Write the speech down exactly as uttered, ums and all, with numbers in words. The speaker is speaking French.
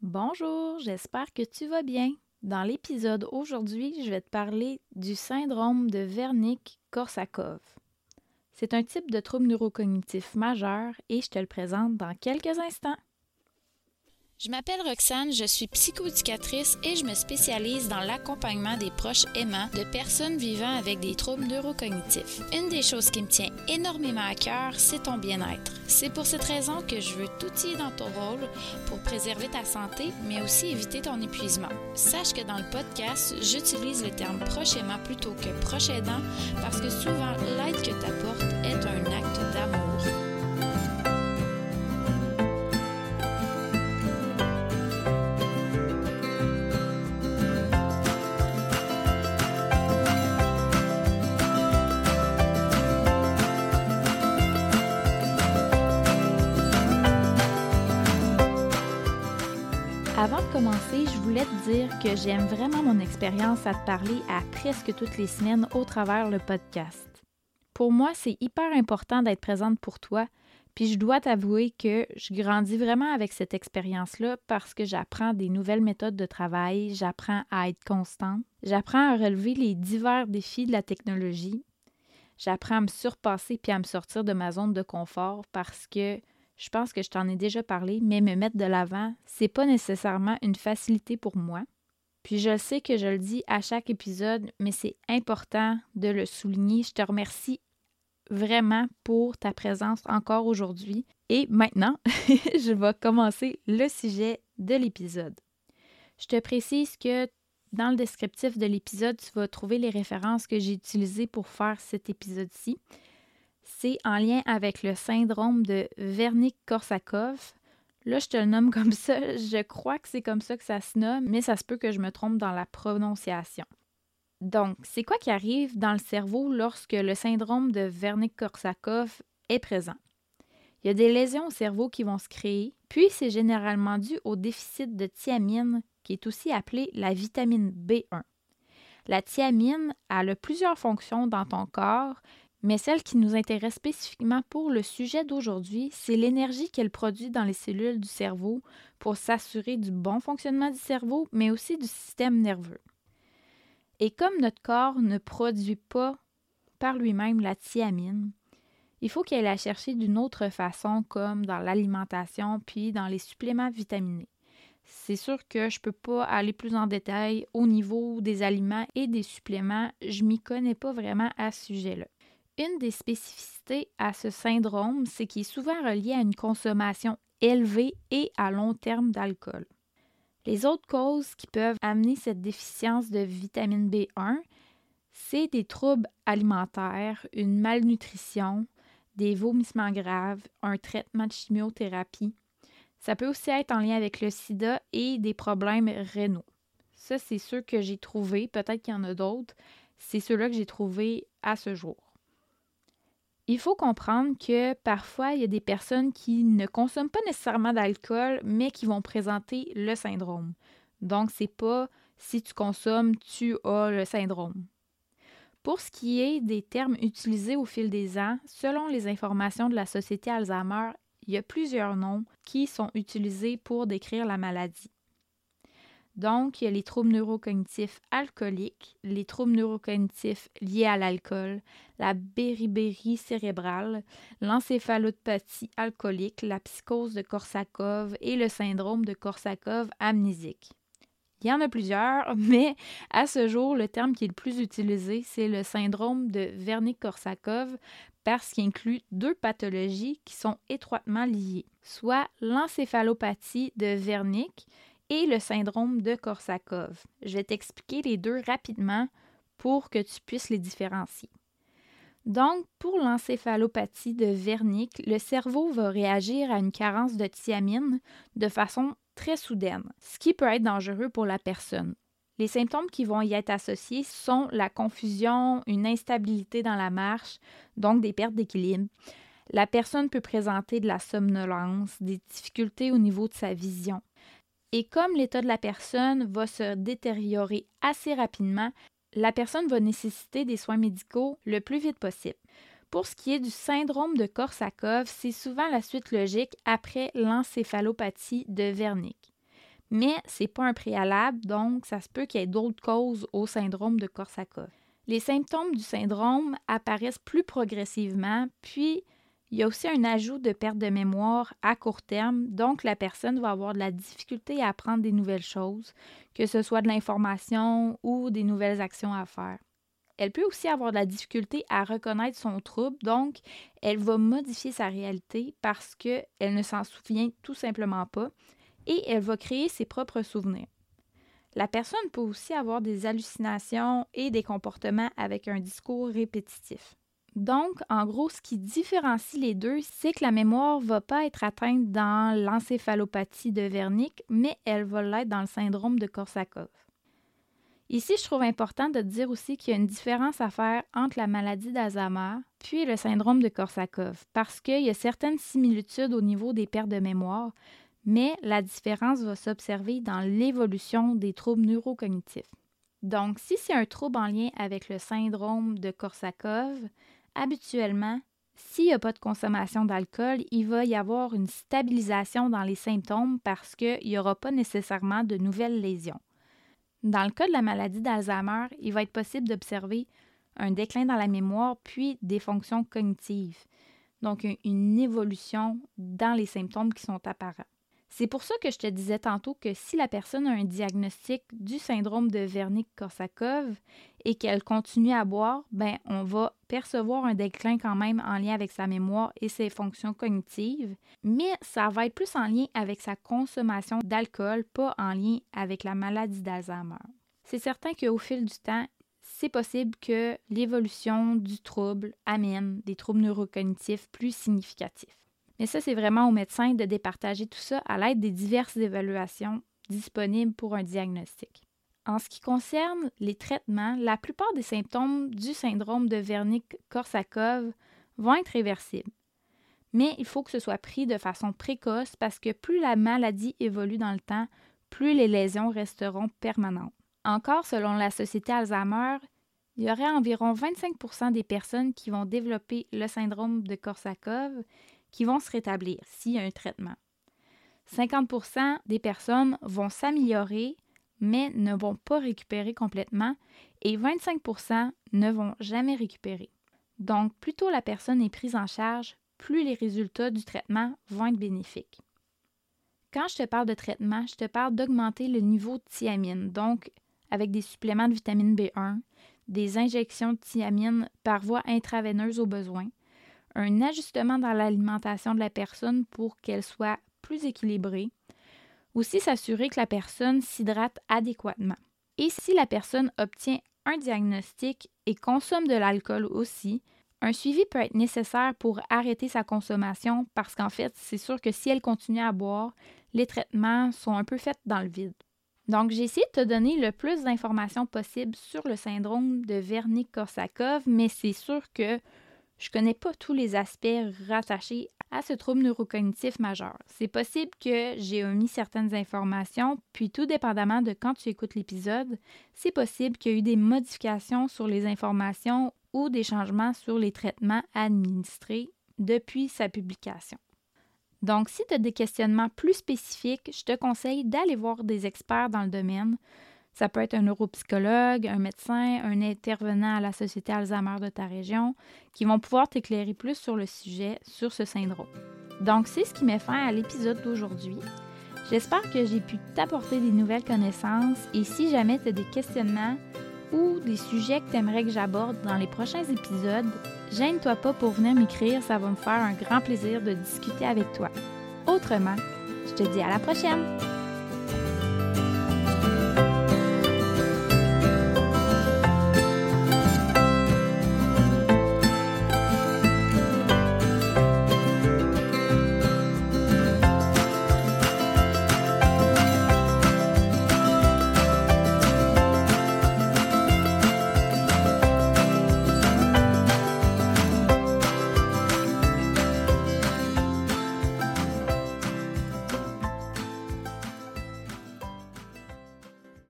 Bonjour, j'espère que tu vas bien. Dans l'épisode aujourd'hui, je vais te parler du syndrome de Wernicke-Korsakoff. C'est un type de trouble neurocognitif majeur et je te le présente dans quelques instants. Je m'appelle Roxane, je suis psychoéducatrice et je me spécialise dans l'accompagnement des proches aimants de personnes vivant avec des troubles neurocognitifs. Une des choses qui me tient énormément à cœur, c'est ton bien-être. C'est pour cette raison que je veux t'outiller dans ton rôle pour préserver ta santé, mais aussi éviter ton épuisement. Sache que dans le podcast, j'utilise le terme proche aimant plutôt que proche aidant parce que souvent, l'aide que tu apportes est un acte d'amour. Avant de commencer, je voulais te dire que j'aime vraiment mon expérience à te parler à presque toutes les semaines au travers le podcast. Pour moi, c'est hyper important d'être présente pour toi, puis je dois t'avouer que je grandis vraiment avec cette expérience-là parce que j'apprends des nouvelles méthodes de travail, j'apprends à être constante, j'apprends à relever les divers défis de la technologie, j'apprends à me surpasser puis à me sortir de ma zone de confort parce que je pense que je t'en ai déjà parlé, mais me mettre de l'avant, c'est pas nécessairement une facilité pour moi. Puis je sais que je le dis à chaque épisode, mais c'est important de le souligner. Je te remercie vraiment pour ta présence encore aujourd'hui. Et maintenant, je vais commencer le sujet de l'épisode. Je te précise que dans le descriptif de l'épisode, tu vas trouver les références que j'ai utilisées pour faire cet épisode-ci. C'est en lien avec le syndrome de Wernicke-Korsakoff. Là, je te le nomme comme ça. Je crois que c'est comme ça que ça se nomme, mais ça se peut que je me trompe dans la prononciation. Donc, c'est quoi qui arrive dans le cerveau lorsque le syndrome de Wernicke-Korsakoff est présent? Il y a des lésions au cerveau qui vont se créer, puis c'est généralement dû au déficit de thiamine, qui est aussi appelée la vitamine B un. La thiamine, elle a plusieurs fonctions dans ton corps, mais celle qui nous intéresse spécifiquement pour le sujet d'aujourd'hui, c'est l'énergie qu'elle produit dans les cellules du cerveau pour s'assurer du bon fonctionnement du cerveau, mais aussi du système nerveux. Et comme notre corps ne produit pas par lui-même la thiamine, il faut qu'elle la chercher d'une autre façon, comme dans l'alimentation puis dans les suppléments vitaminés. C'est sûr que je ne peux pas aller plus en détail au niveau des aliments et des suppléments, je m'y connais pas vraiment à ce sujet-là. Une des spécificités à ce syndrome, c'est qu'il est souvent relié à une consommation élevée et à long terme d'alcool. Les autres causes qui peuvent amener cette déficience de vitamine B un, c'est des troubles alimentaires, une malnutrition, des vomissements graves, un traitement de chimiothérapie. Ça peut aussi être en lien avec le sida et des problèmes rénaux. Ça, c'est ceux que j'ai trouvés. Peut-être qu'il y en a d'autres. C'est ceux-là que j'ai trouvés à ce jour. Il faut comprendre que parfois, il y a des personnes qui ne consomment pas nécessairement d'alcool, mais qui vont présenter le syndrome. Donc, c'est pas si tu consommes, tu as le syndrome. Pour ce qui est des termes utilisés au fil des ans, selon les informations de la Société Alzheimer, il y a plusieurs noms qui sont utilisés pour décrire la maladie. Donc, il y a les troubles neurocognitifs alcooliques, les troubles neurocognitifs liés à l'alcool, la béribérie cérébrale, l'encéphalopathie alcoolique, la psychose de Korsakoff et le syndrome de Korsakoff amnésique. Il y en a plusieurs, mais à ce jour, le terme qui est le plus utilisé, c'est le syndrome de Wernicke-Korsakoff parce qu'il inclut deux pathologies qui sont étroitement liées, soit l'encéphalopathie de Wernicke et le syndrome de Korsakoff. Je vais t'expliquer les deux rapidement pour que tu puisses les différencier. Donc, pour l'encéphalopathie de Wernicke, le cerveau va réagir à une carence de thiamine de façon très soudaine, ce qui peut être dangereux pour la personne. Les symptômes qui vont y être associés sont la confusion, une instabilité dans la marche, donc des pertes d'équilibre. La personne peut présenter de la somnolence, des difficultés au niveau de sa vision. Et comme l'état de la personne va se détériorer assez rapidement, la personne va nécessiter des soins médicaux le plus vite possible. Pour ce qui est du syndrome de Korsakoff, c'est souvent la suite logique après l'encéphalopathie de Wernicke. Mais ce n'est pas un préalable, donc ça se peut qu'il y ait d'autres causes au syndrome de Korsakoff. Les symptômes du syndrome apparaissent plus progressivement, puis il y a aussi un ajout de perte de mémoire à court terme, donc la personne va avoir de la difficulté à apprendre des nouvelles choses, que ce soit de l'information ou des nouvelles actions à faire. Elle peut aussi avoir de la difficulté à reconnaître son trouble, donc elle va modifier sa réalité parce qu'elle ne s'en souvient tout simplement pas et elle va créer ses propres souvenirs. La personne peut aussi avoir des hallucinations et des comportements avec un discours répétitif. Donc, en gros, ce qui différencie les deux, c'est que la mémoire ne va pas être atteinte dans l'encéphalopathie de Wernicke, mais elle va l'être dans le syndrome de Korsakoff. Ici, je trouve important de dire aussi qu'il y a une différence à faire entre la maladie d'Alzheimer puis le syndrome de Korsakoff, parce qu'il y a certaines similitudes au niveau des pertes de mémoire, mais la différence va s'observer dans l'évolution des troubles neurocognitifs. Donc, si c'est un trouble en lien avec le syndrome de Korsakoff, habituellement, s'il n'y a pas de consommation d'alcool, il va y avoir une stabilisation dans les symptômes parce qu'il n'y aura pas nécessairement de nouvelles lésions. Dans le cas de la maladie d'Alzheimer, il va être possible d'observer un déclin dans la mémoire puis des fonctions cognitives, donc une évolution dans les symptômes qui sont apparents. C'est pour ça que je te disais tantôt que si la personne a un diagnostic du syndrome de Wernicke-Korsakoff et qu'elle continue à boire, ben on va percevoir un déclin quand même en lien avec sa mémoire et ses fonctions cognitives, mais ça va être plus en lien avec sa consommation d'alcool, pas en lien avec la maladie d'Alzheimer. C'est certain qu'au fil du temps, c'est possible que l'évolution du trouble amène des troubles neurocognitifs plus significatifs. Mais ça, c'est vraiment au médecin de départager tout ça à l'aide des diverses évaluations disponibles pour un diagnostic. En ce qui concerne les traitements, la plupart des symptômes du syndrome de Wernicke-Korsakoff vont être réversibles. Mais il faut que ce soit pris de façon précoce parce que plus la maladie évolue dans le temps, plus les lésions resteront permanentes. Encore, selon la Société Alzheimer, il y aurait environ vingt-cinq pour cent des personnes qui vont développer le syndrome de Korsakoff qui vont se rétablir s'il y a un traitement. cinquante pour cent des personnes vont s'améliorer, mais ne vont pas récupérer complètement, et vingt-cinq pour cent ne vont jamais récupérer. Donc, plus tôt la personne est prise en charge, plus les résultats du traitement vont être bénéfiques. Quand je te parle de traitement, je te parle d'augmenter le niveau de thiamine, donc avec des suppléments de vitamine B un, des injections de thiamine par voie intraveineuse au besoin, un ajustement dans l'alimentation de la personne pour qu'elle soit plus équilibrée. Aussi, s'assurer que la personne s'hydrate adéquatement. Et si la personne obtient un diagnostic et consomme de l'alcool aussi, un suivi peut être nécessaire pour arrêter sa consommation parce qu'en fait, c'est sûr que si elle continue à boire, les traitements sont un peu faits dans le vide. Donc, j'ai essayé de te donner le plus d'informations possible sur le syndrome de Wernicke-Korsakoff, mais c'est sûr que je ne connais pas tous les aspects rattachés à ce trouble neurocognitif majeur. C'est possible que j'ai omis certaines informations, puis tout dépendamment de quand tu écoutes l'épisode, c'est possible qu'il y ait eu des modifications sur les informations ou des changements sur les traitements administrés depuis sa publication. Donc, si tu as des questionnements plus spécifiques, je te conseille d'aller voir des experts dans le domaine. Ça peut être un neuropsychologue, un médecin, un intervenant à la Société Alzheimer de ta région qui vont pouvoir t'éclairer plus sur le sujet, sur ce syndrome. Donc, c'est ce qui met fin à l'épisode d'aujourd'hui. J'espère que j'ai pu t'apporter des nouvelles connaissances et si jamais tu as des questionnements ou des sujets que tu aimerais que j'aborde dans les prochains épisodes, gêne-toi pas pour venir m'écrire, ça va me faire un grand plaisir de discuter avec toi. Autrement, je te dis à la prochaine!